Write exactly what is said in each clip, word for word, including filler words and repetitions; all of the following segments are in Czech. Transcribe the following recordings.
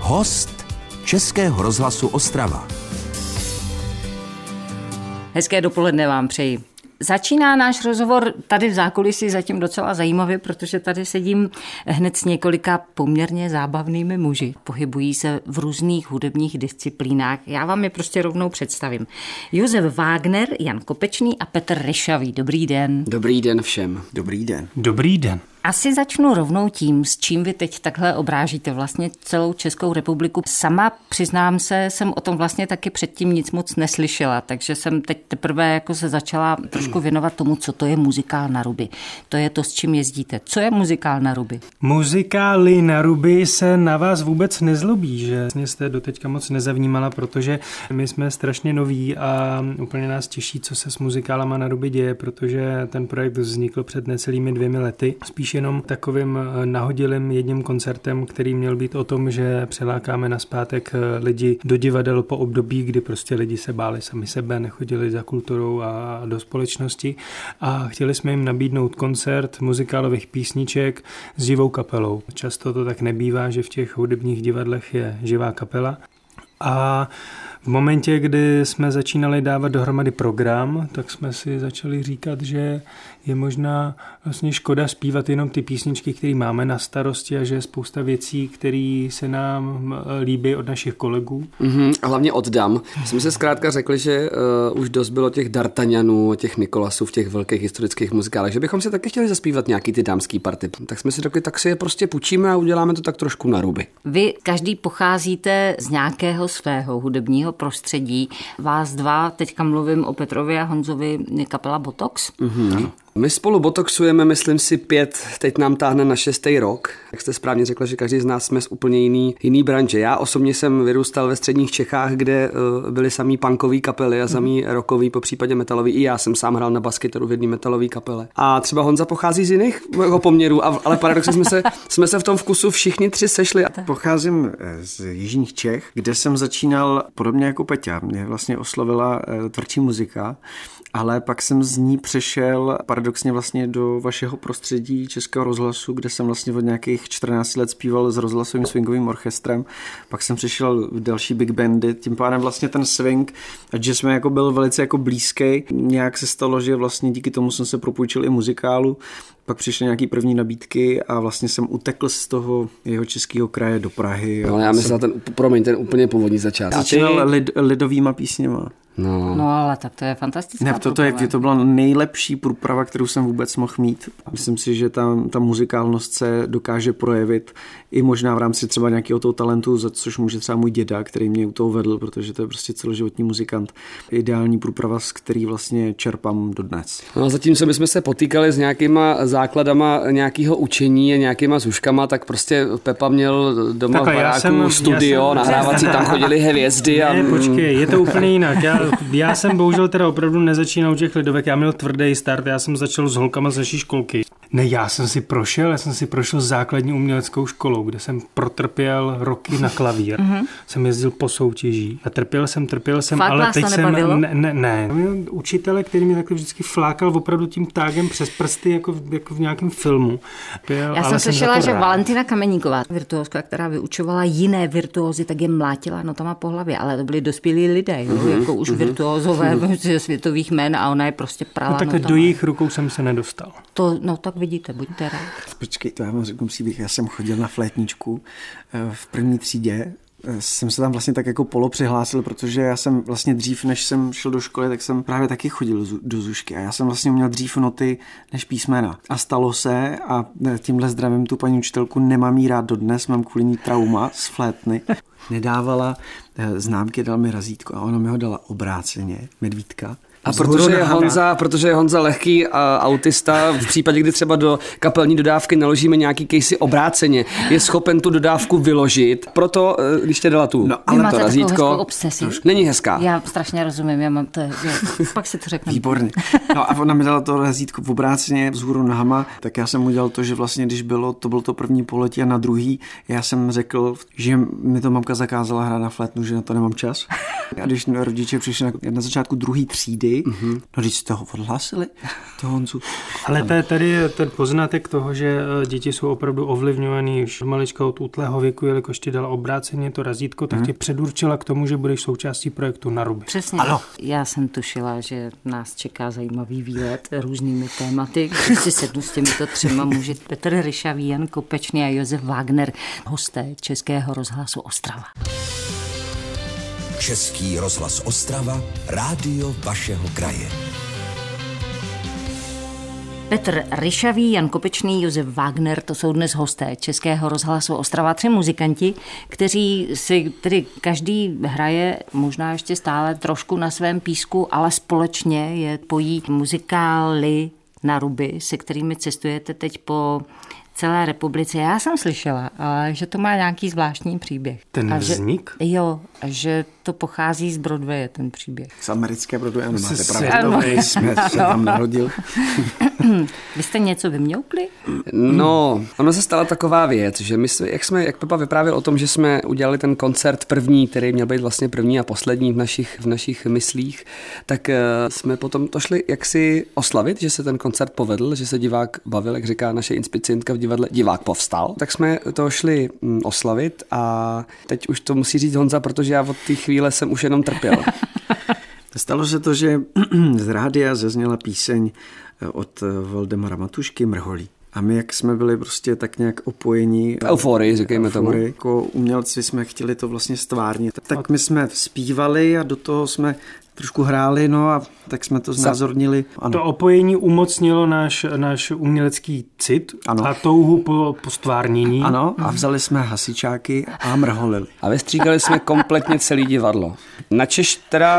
Host Českého rozhlasu Ostrava. Hezké dopoledne vám přeji. Začíná náš rozhovor tady v zákulisí zatím docela zajímavě, protože tady sedím hned s několika poměrně zábavnými muži. Pohybují se v různých hudebních disciplínách. Já vám je prostě rovnou představím. Josef Wagner, Jan Kopečný a Petr Ryšavý. Dobrý den. Dobrý den všem. Dobrý den. Dobrý den. Asi začnu rovnou tím, s čím vy teď takhle obrážíte vlastně celou Českou republiku. Sama, přiznám se, jsem o tom vlastně taky předtím nic moc neslyšela, takže jsem teď teprve jako se začala trošku věnovat tomu, co to je muzikál na ruby. To je to, s čím jezdíte. Co je muzikál na ruby? Muzikály na ruby se na vás vůbec nezlobí, že vlastně jste doteďka moc nezavnímala, protože my jsme strašně noví a úplně nás těší, co se s muzikálama na ruby děje, protože ten projekt vznikl před necelými dvěmi lety. Spíš jenom takovým nahodilým jedním koncertem, který měl být o tom, že přilákáme nazpátek lidi do divadel po období, kdy prostě lidi se báli sami sebe, nechodili za kulturou a do společnosti a chtěli jsme jim nabídnout koncert muzikálových písniček s živou kapelou. Často to tak nebývá, že v těch hudebních divadlech je živá kapela. A v momentě, kdy jsme začínali dávat dohromady program, tak jsme si začali říkat, že je možná vlastně škoda zpívat jenom ty písničky, které máme na starosti a že je spousta věcí, které se nám líbí od našich kolegů. Mm-hmm, a hlavně oddam. Jsme se zkrátka řekli, že uh, už dost bylo těch D'Artagnanů, těch Nikolasů v těch velkých historických muzikálech, že bychom si taky chtěli zaspívat nějaký ty dámský party. Tak jsme si řekli, tak si je prostě půjčíme a uděláme to tak trošku na ruby. Vy každý pocházíte z nějakého svého hudebního prostředí. Vás dva, teďka mluvím o Petrovi a Honzovi, kapela Botox. Mm-hmm. My spolu botoxujeme, myslím si, pět, teď nám táhne na šestý rok. Jak jste správně řekla, že každý z nás jsme z úplně jiný, jiný branže. Já osobně jsem vyrůstal ve středních Čechách, kde uh, byly samý punkový kapely a samý rockový, po případě metalový. I já jsem sám hrál na baskytaru v jedné metalové kapele. A třeba Honza pochází z jiných poměrů, a, ale paradoxně jsme se, jsme se v tom vkusu všichni tři sešli. Pocházím z jižních Čech, kde jsem začínal podobně jako Peťa. Mě vlastně oslovila uh, tvrdší muzika. Ale pak jsem z ní přešel paradoxně vlastně do vašeho prostředí Českého rozhlasu, kde jsem vlastně od nějakých čtrnáct let zpíval s rozhlasovým swingovým orchestrem. Pak jsem přešel v další big bandy, tím pádem vlastně ten swing a jazz mi jako byl velice jako blízký. Nějak se stalo, že vlastně díky tomu jsem se propůjčil i muzikálu. Pak přišly nějaký první nabídky a vlastně jsem utekl z toho jeho českého kraje do Prahy. No, já myslím, ten, promiň, ten úplně původní začátek. Začínal lid, lidovýma písněma. No. no ale tak to je fantastická ne, to, to, je, to byla nejlepší průprava, kterou jsem vůbec mohl mít. Myslím si, že ta, ta muzikálnost se dokáže projevit i možná v rámci třeba nějakého toho talentu, za což může třeba můj děda, který mě u toho vedl, protože to je prostě celoživotní muzikant. Ideální průprava, z který vlastně čerpám dodnes. No, zatímco my jsme se potýkali s nějakýma základama nějakého učení a nějakýma zuškama, tak prostě Pepa měl doma Takhle, v baráku jsem, studio, jsem, nahrávací, tam chodili hvězdy. A... Ne, počkej, je to úplně jinak. Já, já jsem bohužel teda opravdu nezačínal u těch lidovek, já měl tvrdý start, já jsem začal s holkama z naší školky. Ne, já jsem si prošel, já jsem si prošel základní uměleckou školou, kde jsem protrpěl roky na klavír. Mm-hmm. Jsem jezdil po soutěží a trpěl jsem, trpěl jsem, Fakt ale teď jsem... Ne, ne, ne. Měl učitele, který mě takhle vždycky flákal opravdu tím tágem přes prsty, jako v, jako v nějakém filmu. Pěl, já jsem slyšela, že Valentina Kameníková, virtuózka, která vyučovala jiné virtuózy, tak je mlátila notama po hlavě, ale to byli dospělí lidé, jo? Mm-hmm. jako už mm-hmm. virtuózové mm-hmm. světových jmen a ona je prostě prala no, takhle notama. do jejich rukou jsem se nedostal. To, no tak vidíte, buďte rád. Počkej, to já vám řeknu příběh. Já jsem chodil na flétničku v první třídě. Jsem se tam vlastně tak jako polo přihlásil, protože já jsem vlastně dřív, než jsem šel do školy, tak jsem právě taky chodil do zušky a já jsem vlastně měl dřív noty než písmena. A stalo se, a tímhle zdravím tu paní učitelku, nemám jí rád dodnes, mám kvůli ní trauma z flétny. Nedávala známky, dala mi razítko a ona mi ho dala obráceně, medvídka. A protože je, Honza, protože je Honza lehký a autista, v případě, kdy třeba do kapelní dodávky naložíme nějaký casey obráceně, je schopen tu dodávku vyložit. Proto, když tě dala tu, no, ale to razítko, obsesi. Není hezká. Já strašně rozumím, já mám to, jo, pak si to řekneme. Výborně. No a ona mi dala to razítko v obráceně vzhůru nohama, tak já jsem udělal to, že vlastně, když bylo, to bylo to první poletí a na druhý, já jsem řekl, že mi to mamka zakázala hrát na flétnu, že na to nemám čas. A když rodiče přišli na, na začátku druhé třídy, děti. Mm-hmm. No když jste ho odhlásili, to Honzu. Ale to je tady ten poznatek toho, že děti jsou opravdu ovlivňovaný už malička od útlého věku, jelikož ti dala obráceně to razítko, tak mm. tě předurčila k tomu, že budeš součástí projektu Na ruby. Přesně. Ano. Já jsem tušila, že nás čeká zajímavý výlet různými tématy, když si sednu s těmito třema muži. Petr Ryšavý, Jan Kopečný a Josef Wagner, hosté Českého rozhlasu Ostrava. Český rozhlas Ostrava, rádio vašeho kraje. Petr Ryšavý, Jan Kopečný, Josef Wagner, to jsou dnes hosté Českého rozhlasu Ostrava, tři muzikanti, kteří si tedy každý hraje možná ještě stále trošku na svém písku, ale společně je pojí muzikály Na ruby, se kterými cestujete teď po celé republice. Já jsem slyšela, že to má nějaký zvláštní příběh. Ten a vznik? Že, jo, že to pochází z Broadwaye, ten příběh. Z americké Broadwaye, ano, máte pravdu. Jsme se tam narodil. Vy jste něco vymňoukli? No, ono se stala taková věc, že my jsme, jak jsme, jak Pepa vyprávěl o tom, že jsme udělali ten koncert první, který měl být vlastně první a poslední v našich, v našich myslích, tak uh, jsme potom to šli jaksi oslavit, že se ten koncert povedl, že se divák bavil, jak říká naše inspicientka v divadle, divák povstal. Tak jsme to šli um, oslavit a teď už to musí říct Honza, protože já od té chvíle jsem už jenom trpěl. Stalo se to, že z rádia zazněla píseň od Valdemara Matušky Mrholí. A my, jak jsme byli prostě tak nějak opojeni... Euforii, říkejme tomu. Jako umělci jsme chtěli to vlastně stvárnit. Tak my jsme zpívali a do toho jsme trošku hráli, no a tak jsme to znázornili. Ano. To opojení umocnilo náš, náš umělecký cit ano. a touhu po, po stvárnění. Ano, a vzali jsme hasičáky a mrholili. A vystříkali jsme kompletně celý divadlo. Načež teda...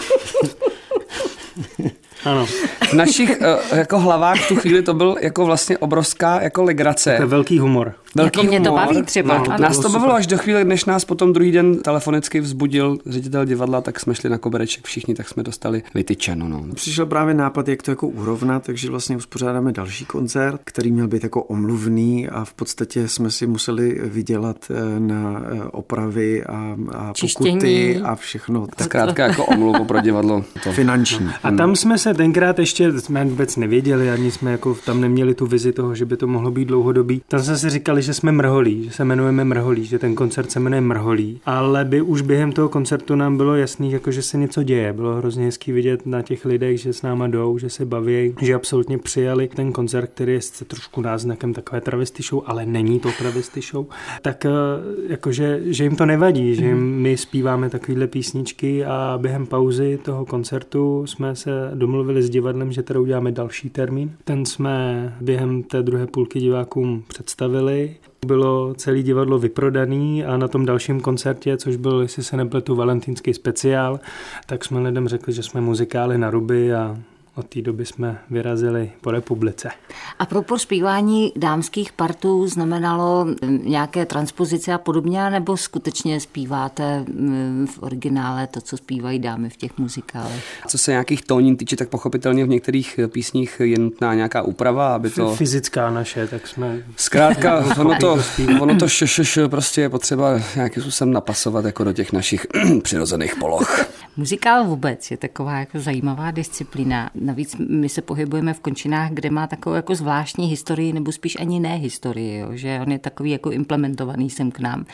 Ano. V našich uh, jako hlavách v tu chvíli to byl jako vlastně obrovská jako legrace. To je velký humor. Velký jako mě humor. To baví třeba. No, nás to bavilo až do chvíle, než nás potom druhý den telefonicky vzbudil ředitel divadla, tak jsme šli na kobereček všichni, tak jsme dostali vytyčeno. No. Přišel právě nápad, jak to jako urovnat, takže vlastně uspořádáme další koncert, který měl být jako omluvný a v podstatě jsme si museli vydělat na opravy a, a pokuty a všechno. Zkrátka jako omluvu pro divadlo. To. Finanční. A tam jsme se tenkrát ještě, jsme vůbec nevěděli, ani jsme jako tam neměli tu vizi toho, že by to mohlo být dlouhodobý. Tam jsme si říkali, že jsme Mrholí, že se jmenujeme Mrholí, že ten koncert se jmenuje Mrholí. Ale by už během toho koncertu nám bylo jasný, jako že se něco děje. Bylo hrozně hezký vidět na těch lidech, že s náma jdou, že se baví, že absolutně přijali ten koncert, který je trošku náznakem takové travesty show, ale není to travesty show. Tak jakože, že jim to nevadí, že jim my zpíváme takovýhle písničky a během pauzy toho koncertu jsme se domluvili s divadlem, že teda uděláme další termín. Ten jsme během té druhé půlky divákům představili. Bylo celé divadlo vyprodaný a na tom dalším koncertě, což byl, jestli se nepletu, valentýnský speciál, tak jsme lidem řekli, že jsme muzikály Na ruby a od té doby jsme vyrazili po republice. A pro zpívání dámských partů znamenalo nějaké transpozice a podobně, nebo skutečně zpíváte v originále to, co zpívají dámy v těch muzikálech? Co se nějakých tónin týče, tak pochopitelně v některých písních je nutná nějaká úprava, aby to... Fyzická naše, tak jsme... Zkrátka, ono to, ono to ššš prostě je potřeba nějakým způsobem napasovat jako do těch našich přirozených poloh. Muzikál vůbec je taková jako zajímavá disciplína. Navíc my se pohybujeme v končinách, kde má takovou jako zvláštní historii, nebo spíš ani ne historii, jo? Že on je takový jako implementovaný sem k nám.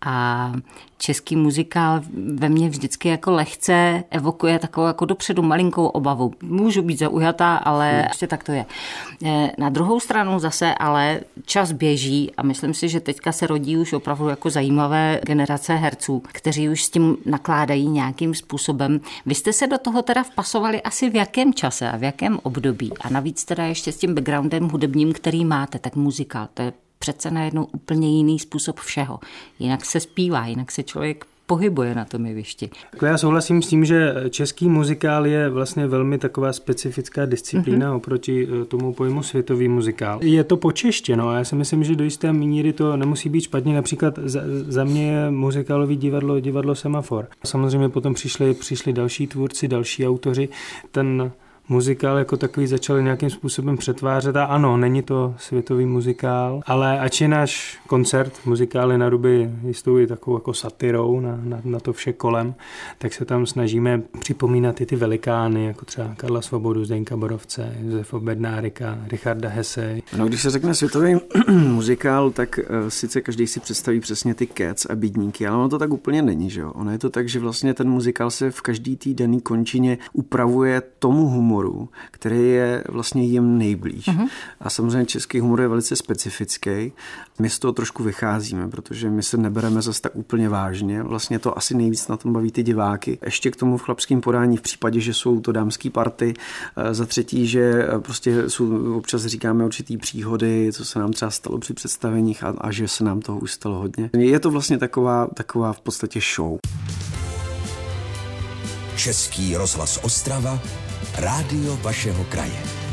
A český muzikál ve mně vždycky jako lehce evokuje takovou jako dopředu malinkou obavu. Můžu být zaujatá, ale ještě tak to je. Na druhou stranu zase ale čas běží a myslím si, že teďka se rodí už opravdu jako zajímavé generace herců, kteří už s tím nakládají nějakým způsobem. Vy jste se do toho teda vpasovali asi v jakém čase a v jakém období a navíc teda ještě s tím backgroundem hudebním, který máte, tak muzikál, to je přece najednou úplně jiný způsob všeho. Jinak se zpívá, jinak se člověk pohybuje na tom jevišti. Já souhlasím s tím, že český muzikál je vlastně velmi taková specifická disciplína mm-hmm. oproti tomu pojmu světový muzikál. Je to počeštěno a já si myslím, že do jisté míry to nemusí být špatně. Například za, za mě je muzikálový divadlo, divadlo Semafor. Samozřejmě potom přišli, přišli další tvůrci, další autoři. Ten muzikál jako takový začali nějakým způsobem přetvářet a ano, není to světový muzikál, ale ač je náš koncert muzikály na Ruby jistou i takovou jako satirou na, na, na to vše kolem, tak se tam snažíme připomínat i ty velikány, jako třeba Karla Svobodu, Zdeňka Borovce, Josefa Bednárika, Richarda Hesse. No, když se řekne světový muzikál, tak uh, sice každý si představí přesně ty Cats a bídníky, ale ono to tak úplně není, že jo? Ono je to tak, že vlastně ten muzikál se v každý té dané končině upravuje tomu humoru, který je vlastně jim nejblíž. Uh-huh. A samozřejmě český humor je velice specifický. My z toho trošku vycházíme, protože my se nebereme zase tak úplně vážně. Vlastně to asi nejvíc na tom baví ty diváky. Ještě k tomu v chlapském podání v případě, že jsou to dámský party. Za třetí, že prostě jsou, občas říkáme určitý příhody, co se nám třeba stalo při představeních a, a že se nám toho už stalo hodně. Je to vlastně taková, taková v podstatě show. Český rozhlas Ostrava, rádio vašeho kraje.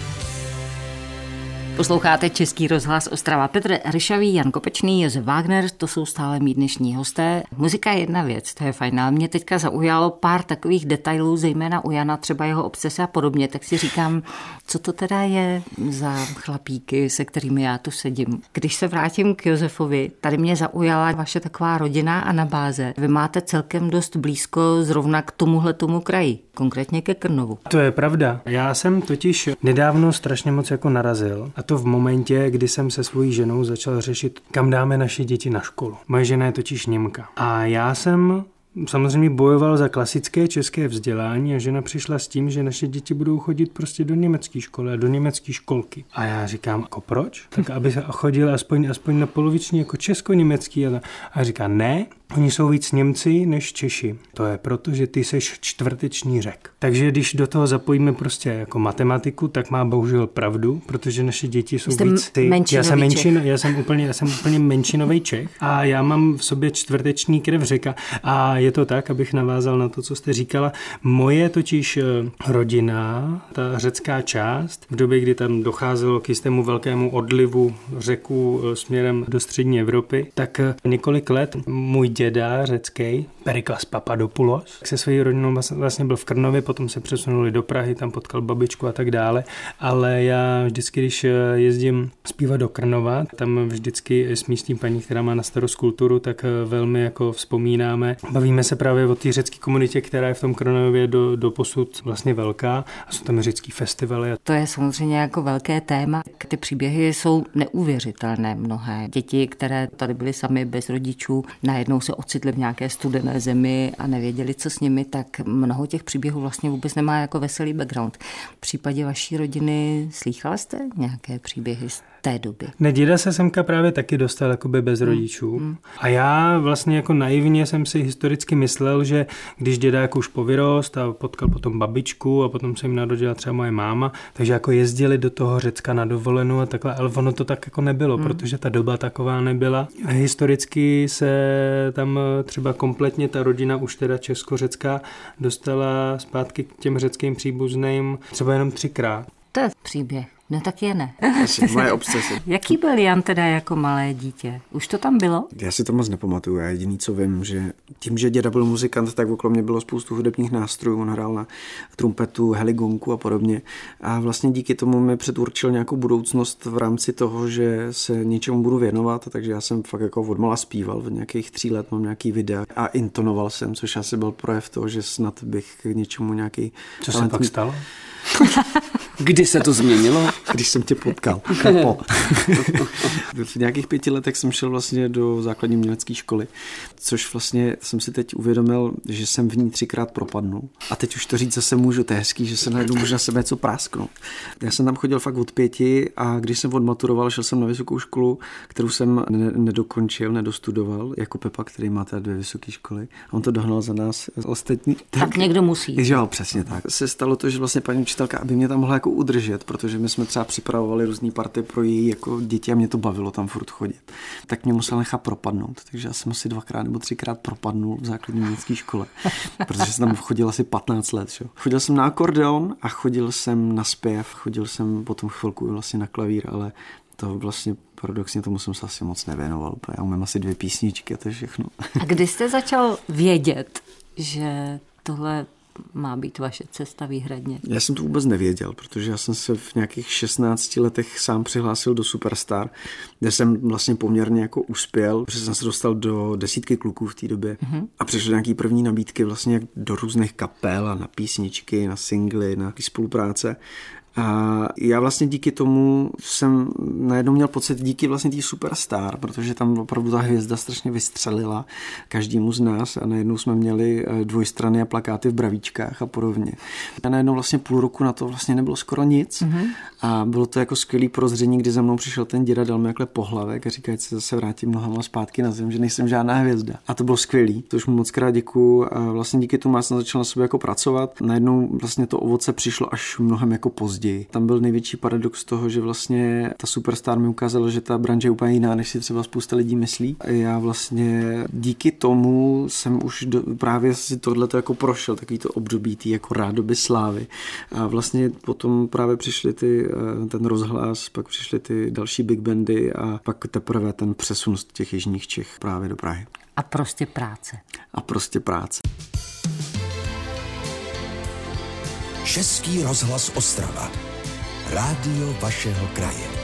Posloucháte Český rozhlas Ostrava. Petr Ryšavý, Jan Kopečný, Josef Wagner, to jsou stále mý dnešní hosté. Muzika je jedna věc, to je fajn, ale mě teďka zaujalo pár takových detailů, zejména u Jana, třeba jeho obsese a podobně, tak si říkám, co to teda je za chlapíky, se kterými já tu sedím. Když se vrátím k Josefovi, tady mě zaujala vaše taková rodinná anabáze. Vy máte celkem dost blízko zrovna k tomuhle tomu kraji, konkrétně ke Krnovu. To je pravda. Já jsem totiž nedávno strašně moc jako narazil. A to v momentě, kdy jsem se svojí ženou začal řešit, kam dáme naše děti na školu. Moje žena je totiž Němka. A já jsem samozřejmě bojoval za klasické české vzdělání a žena přišla s tím, že naše děti budou chodit prostě do německé školy a do německé školky. A já říkám, jako proč? Tak aby se chodil aspoň, aspoň na poloviční jako česko-německý. A, a říká, ne, oni jsou víc Němci než Češi. To je proto, že ty seš čtvrteční Řek. Takže když do toho zapojíme prostě jako matematiku, tak má bohužel pravdu, protože naše děti jsou Jste víc ty. Já jsem, menšin, já, jsem úplně, já jsem úplně menšinový Čech a já mám v sobě čtvrteční krev Řeka. A je to tak, abych navázal na to, co jste říkala. Moje totiž rodina, ta řecká část, v době, kdy tam docházelo k jistému velkému odlivu Řeků směrem do střední Evropy, tak několik let můj děda řecký, Periklas Papadopoulos, se svojí rodinou vlastně byl v Krnově, potom se přesunuli do Prahy, tam potkal babičku a tak dále, ale já vždycky, když jezdím zpívat do Krnova, tam vždycky s místní paní, která má na starost kulturu, tak velmi jako vzpomínáme. Bavíme se právě o té řecké komunitě, která je v tom Krnově do, do posud vlastně velká a jsou tam řecký festivaly. To je samozřejmě jako velké téma. Ty příběhy jsou neuvěřitelné mnohé. Děti, které tady byly sami bez rodičů, najednou se ocitli v nějaké studené zemi a nevěděli, co s nimi, tak mnoho těch příběhů vlastně vůbec nemá jako veselý background. V případě vaší rodiny slýchala jste nějaké příběhy z té doby? Ne, děda se semka právě taky dostal jakoby bez rodičů. Hmm. A já vlastně jako naivně jsem si historicky myslel, že když děda jako už povyrost a potkal potom babičku a potom se jim narodila třeba moje máma, takže jako jezdili do toho Řecka na dovolenou a takhle, ale ono to tak jako nebylo, hmm. protože ta doba taková nebyla. Historicky se tam třeba kompletně ta rodina už teda česko-řecká dostala zpátky k těm řeckým příbuzným třeba jenom třikrát. To je příběh. No tak je ne. Asi, moje obsese. Jaký byl Jan teda jako malé dítě? Už to tam bylo? Já si to moc nepamatuju. Já jediný, co vím, že tím, že děda byl muzikant, tak okolo mě bylo spoustu hudebních nástrojů. On hrál na trumpetu, heligonku a podobně. A vlastně díky tomu mi předurčil nějakou budoucnost v rámci toho, že se něčemu budu věnovat. Takže já jsem fakt jako odmala zpíval. Od nějakých tří let mám nějaký videa a intonoval jsem, což asi byl projev toho, že snad bych k něčemu nějaký... Co se pak stalo? Kdy se to změnilo? Když jsem tě potkal. Kapo. V nějakých pěti letech jsem šel vlastně do základní německé školy, což vlastně jsem si teď uvědomil, že jsem v ní třikrát propadnul. A teď už to říct zase můžu, to je hezký, že se najednou možná sebe něco prásknout. Já jsem tam chodil fakt od pěti a když jsem odmaturoval, šel jsem na vysokou školu, kterou jsem ne- nedokončil, nedostudoval, jako Pepa, který má teda dvě vysoké školy. A on to dohnal za nás ostatní. Tak, tak někdo musí. Jo, přesně tak. Se stalo to, že vlastně paní učitelka, aby mě tam mohla jako udržet, protože my jsme třeba připravovali různý party pro její jako děti a mě to bavilo tam furt chodit. Tak mě musela nechat propadnout, takže já jsem asi dvakrát nebo třikrát propadnul v základní německé škole, protože jsem tam chodil asi patnáct let. Čo? Chodil jsem na akordeon a chodil jsem na zpěv, chodil jsem potom chvilku vlastně na klavír, ale to vlastně paradoxně tomu jsem se asi moc nevěnoval. Já umím asi dvě písničky a to je všechno. A kdy jste začal vědět, že tohle má být vaše cesta výhradně? Já jsem to vůbec nevěděl, protože já jsem se v nějakých šestnácti letech sám přihlásil do Superstar, kde jsem vlastně poměrně jako uspěl, protože jsem se dostal do desítky kluků v té době mm-hmm. a přišly nějaký první nabídky vlastně do různých kapel a na písničky, na singly, na spolupráce. A já vlastně díky tomu jsem najednou měl pocit díky vlastně tý Superstar, protože tam opravdu ta hvězda strašně vystřelila každému z nás a najednou jsme měli dvojstrany a plakáty v bravíčkách a podobně. A najednou vlastně půl roku na to vlastně nebylo skoro nic mm-hmm. a bylo to jako skvělý prozření, kdy za mnou přišel ten děda, dal mi jakhle pohlavek a říká, že se zase vrátím nohama zpátky na zem, že nejsem žádná hvězda. A to bylo skvělý, to už mu moc krát děkuju a vlastně díky tomu já jsem začal na sobě jako pracovat. Najednou vlastně to ovoce přišlo až mnohem jako později. Tam byl největší paradox toho, že vlastně ta Superstar mi ukázala, že ta branže je úplně jiná, než si třeba spousta lidí myslí. A já vlastně díky tomu jsem už do, právě si tohleto jako prošel, takový to období tý jako rádoby slávy. A vlastně potom právě přišly ty, ten rozhlas, pak přišly ty další big bandy a pak teprve ten přesun z těch jižních Čech právě do Prahy. A prostě práce. A prostě práce. Český rozhlas Ostrava. Rádio vašeho kraje.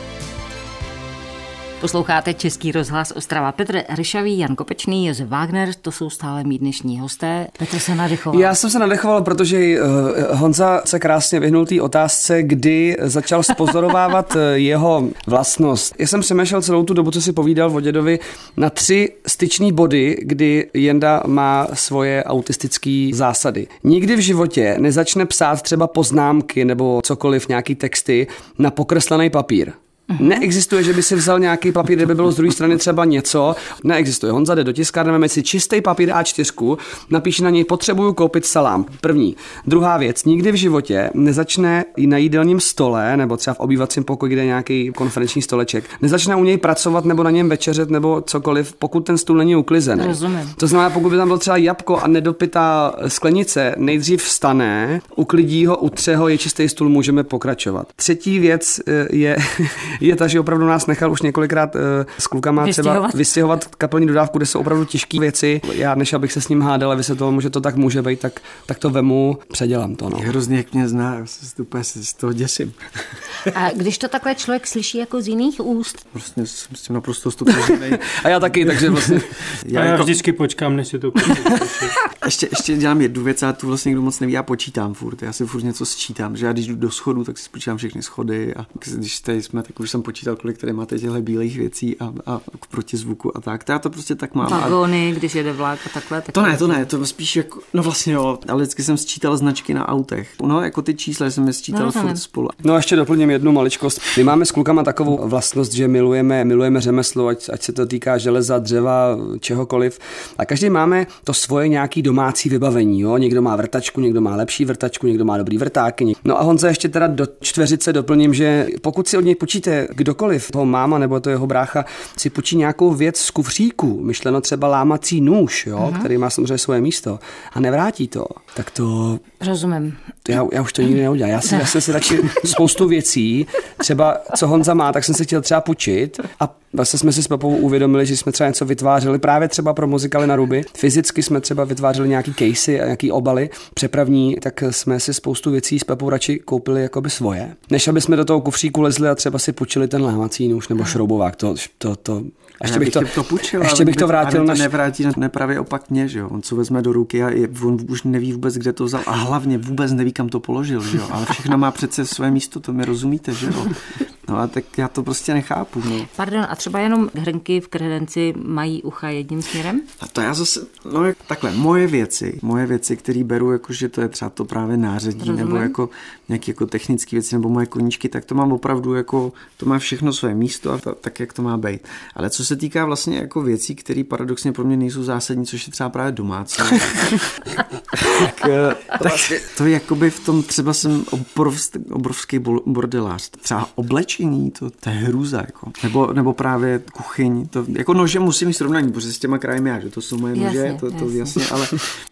Posloucháte Český rozhlas Ostrava. Petr Ryšavý, Jan Kopečný, Josef Wagner, to jsou stále mý dnešní hosté. Petr se nadechoval. Já jsem se nadechoval, protože uh, Honza se krásně vyhnul té otázce, kdy začal spozorovávat jeho vlastnost. Já jsem přemýšlel celou tu dobu, co si povídal o dědovi, na tři styční body, kdy Jenda má svoje autistické zásady. Nikdy v životě nezačne psát třeba poznámky nebo cokoliv, nějaký texty na pokreslený papír. Neexistuje, že by si vzal nějaký papír, kde by bylo z druhé strany třeba něco. Neexistuje. Honza jde do tiskárny, veme si čistý papír á čtyři, napíše na něj potřebuju koupit salám. První. Druhá věc. Nikdy v životě nezačne i na jídelním stole, nebo třeba v obývacím pokoji, kde je nějaký konferenční stoleček, nezačne u něj pracovat nebo na něm večeřet nebo cokoliv, pokud ten stůl není uklizený. Rozumím. To znamená, pokud by tam bylo třeba jabko a nedopitá sklenice, nejdřív vstane, uklidí ho, utře ho, je čistý stůl, můžeme pokračovat. Třetí věc je je ta, že opravdu nás nechal už několikrát uh, s klukama třeba vystěhovat kapelní dodávku, kde jsou opravdu těžké věci. Já než abych se s ním hádal a vysvětloval, že to tak může být, tak, tak to vemu, předělám to. No. Je hrozně, jak mě zná, já se úplně z toho děsím. A když to takhle člověk slyší jako z jiných úst? Vlastně jsem s tím naprosto stotožněný. A já taky, takže vlastně. Já, já jako... vždycky počkám, než si to ještě, ještě dělám jednu věc, a tu vlastně někdo moc neví, já počítám furt. Já si furt něco sčítám, že já když jdu do schodu, tak si spočítám všechny schody a když tady jsme, tak už jsem počítal, kolik tady máte těchto bílých věcí a, a k protizvuku a tak. To já to prostě tak mám. Vagóny, když jede vlak a takhle. Tak to ne, to ne, to spíš jako, no vlastně jo, ale vždycky jsem sčítal značky na autech. No jako ty čísla jsem je sčítal no, furt spolu. No a ještě doplním jednu maličkost. My máme s klukama takovou vlastnost, že milujeme, milujeme řemeslo, ať, ať se to týká železa, dřeva, čehokoliv. A každý máme to svoje nějaký domácí vybavení, jo? Někdo má vrtačku, někdo má lepší vrtačku, někdo má dobrý vrtáky. No a Honza ještě teda do čtveřice doplním, že pokud si od něj počíte kdokoliv, toho máma nebo to jeho brácha, si počí nějakou věc z kufříku, myšleno třeba lámací nůž, jo, uh-huh. který má samozřejmě svoje místo a nevrátí to, tak to... Rozumím. To já, já už to nikdy neudělám. Já, si, já jsem si radši spoustu věcí, třeba co Honza má, tak jsem se chtěl třeba půjčit a vlastně jsme si s Pepou uvědomili, že jsme třeba něco vytvářeli právě třeba pro muzikály na ruby. Fyzicky jsme třeba vytvářeli nějaký casey a nějaký obaly přepravní, tak jsme si spoustu věcí s Pepou radši koupili jakoby svoje, než aby jsme do toho kufříku lezli a třeba si půjčili ten lámací nůž nebo šroubovák. To, to, to, ještě bych to, to půjčil, ještě bych to vrátil. To nevrátí, nepravě opak mě, že jo. On co vezme do ruky a je, on už neví vůbec, kde to vzal a hlavně vůbec neví, kam to položil, že jo. Ale všechno má přece své místo, to mi rozumíte, že jo. No a tak já to prostě nechápu. No. Pardon, a třeba jenom hrnky v kredenci mají ucha jedním směrem? A to já zase, no jak, takhle, moje věci, moje věci, které beru, jako že to je třeba to právě nářadí, Rozumím. nebo jako nějaké jako technické věci, nebo moje koníčky, tak to mám opravdu jako, to má všechno své místo a to, tak, jak to má být. Ale co se týká vlastně jako věcí, které paradoxně pro mě nejsou zásadní, což je třeba právě domácí. tak, tak to je jakoby v tom třeba jsem obrovský, obrovský bordelář. Třeba oblečení, to, to je hrůza, jako. Nebo, nebo právě kuchyň, to, jako nože musím mít srovnání, protože s těma krajemi já, že to jsou moje nože, jasně, to, to jasně. jasně, ale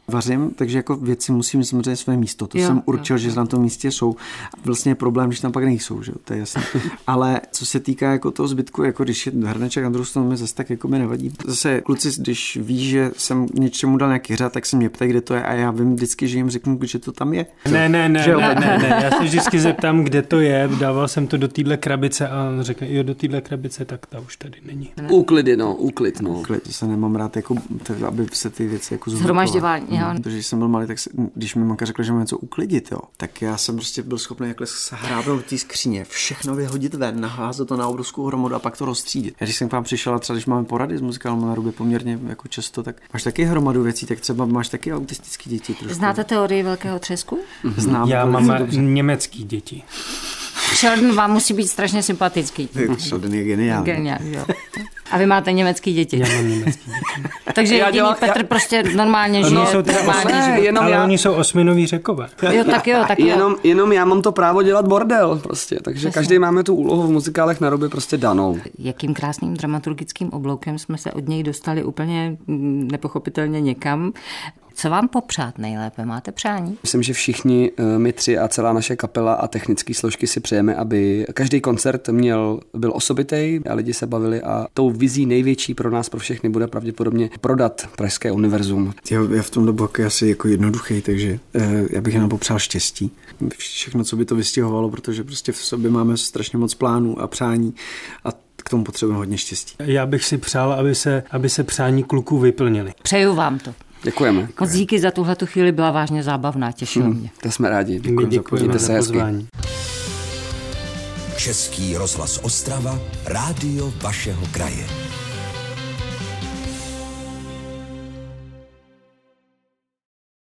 vařím, takže jako věci musím samozřejmě své místo. To jo, jsem určil, jo. že na tom místě jsou. Vlastně je problém, když tam pak nejsou, že? To je jasné. Ale co se týká jako toho zbytku, jako když je hrneček na druhou stranu, mi zase tak jako mi nevadí. Zase kluci, když ví, že jsem něčemu dal nějaký řád, tak se mě ptají, kde to je a já vím vždycky, že jim řeknu, že to tam je. Ne, ne, ne, ne, ne, ne, já se vždycky zeptám, kde to je, dával jsem to do téhle krabice a on řekne, jo, do téhle krabice, tak ta už tady není. Úklidy, no, úklid, no. Úklid, to se nemám rád, jako, aby se ty věci jako zhromažďování, jo. Protože když jsem byl malý, tak se, když mi mamka řekla, že mám něco uklidit, jo, tak já jsem prostě byl schopný jakhle se hrábnout do té skříně, všechno vyhodit ven, naházet to na obrovskou hromadu a pak to rozstřídit. Já když jsem k vám přišel a třeba když máme porady s muzikálem na Ruby poměrně jako často, tak máš taky hromadu věcí, tak třeba máš taky autistické děti. Trošku. Znáte teorii velkého třesku? Znám. Já mám německý děti. Sheldon vám musí být strašně sympatický. Sheldon je geniální. Geniální, jo. A vy máte německý děti. Já mám německý děti. Takže já jediný dělám, Petr já... prostě normálně žije. Jsou Normálně ne, život. jenom ale já... oni jsou osminový Řekové. Jo, tak jo, tak jo. Jenom, jenom já mám to právo dělat bordel prostě, takže Přesně. každý máme tu úlohu v muzikálech na Ruby prostě danou. Jakým krásným dramaturgickým obloukem jsme se od něj dostali úplně nepochopitelně někam. Co vám popřát nejlépe? Máte přání? Myslím, že všichni, my tři a celá naše kapela a technické složky si přejeme, aby každý koncert měl, byl osobitý a lidi se bavili a tou vizí největší pro nás, pro všechny bude pravděpodobně prodat Pražské univerzum. Já, já v tom dobu asi jako jednoduchý, takže eh, já bych jenom popřál štěstí. Všechno, co by to vystihovalo, protože prostě v sobě máme strašně moc plánů a přání a k tomu potřebujeme hodně štěstí. Já bych si přál, aby se, aby se přání kluků vyplnily. Přeju vám to. Děkujeme. Moc díky za tuhletu chvíli, byla vážně zábavná, těšilo hmm, mě. To jsme rádi. Děkujeme, My děkujeme za pozvání. Český rozhlas Ostrava, rádio vašeho kraje.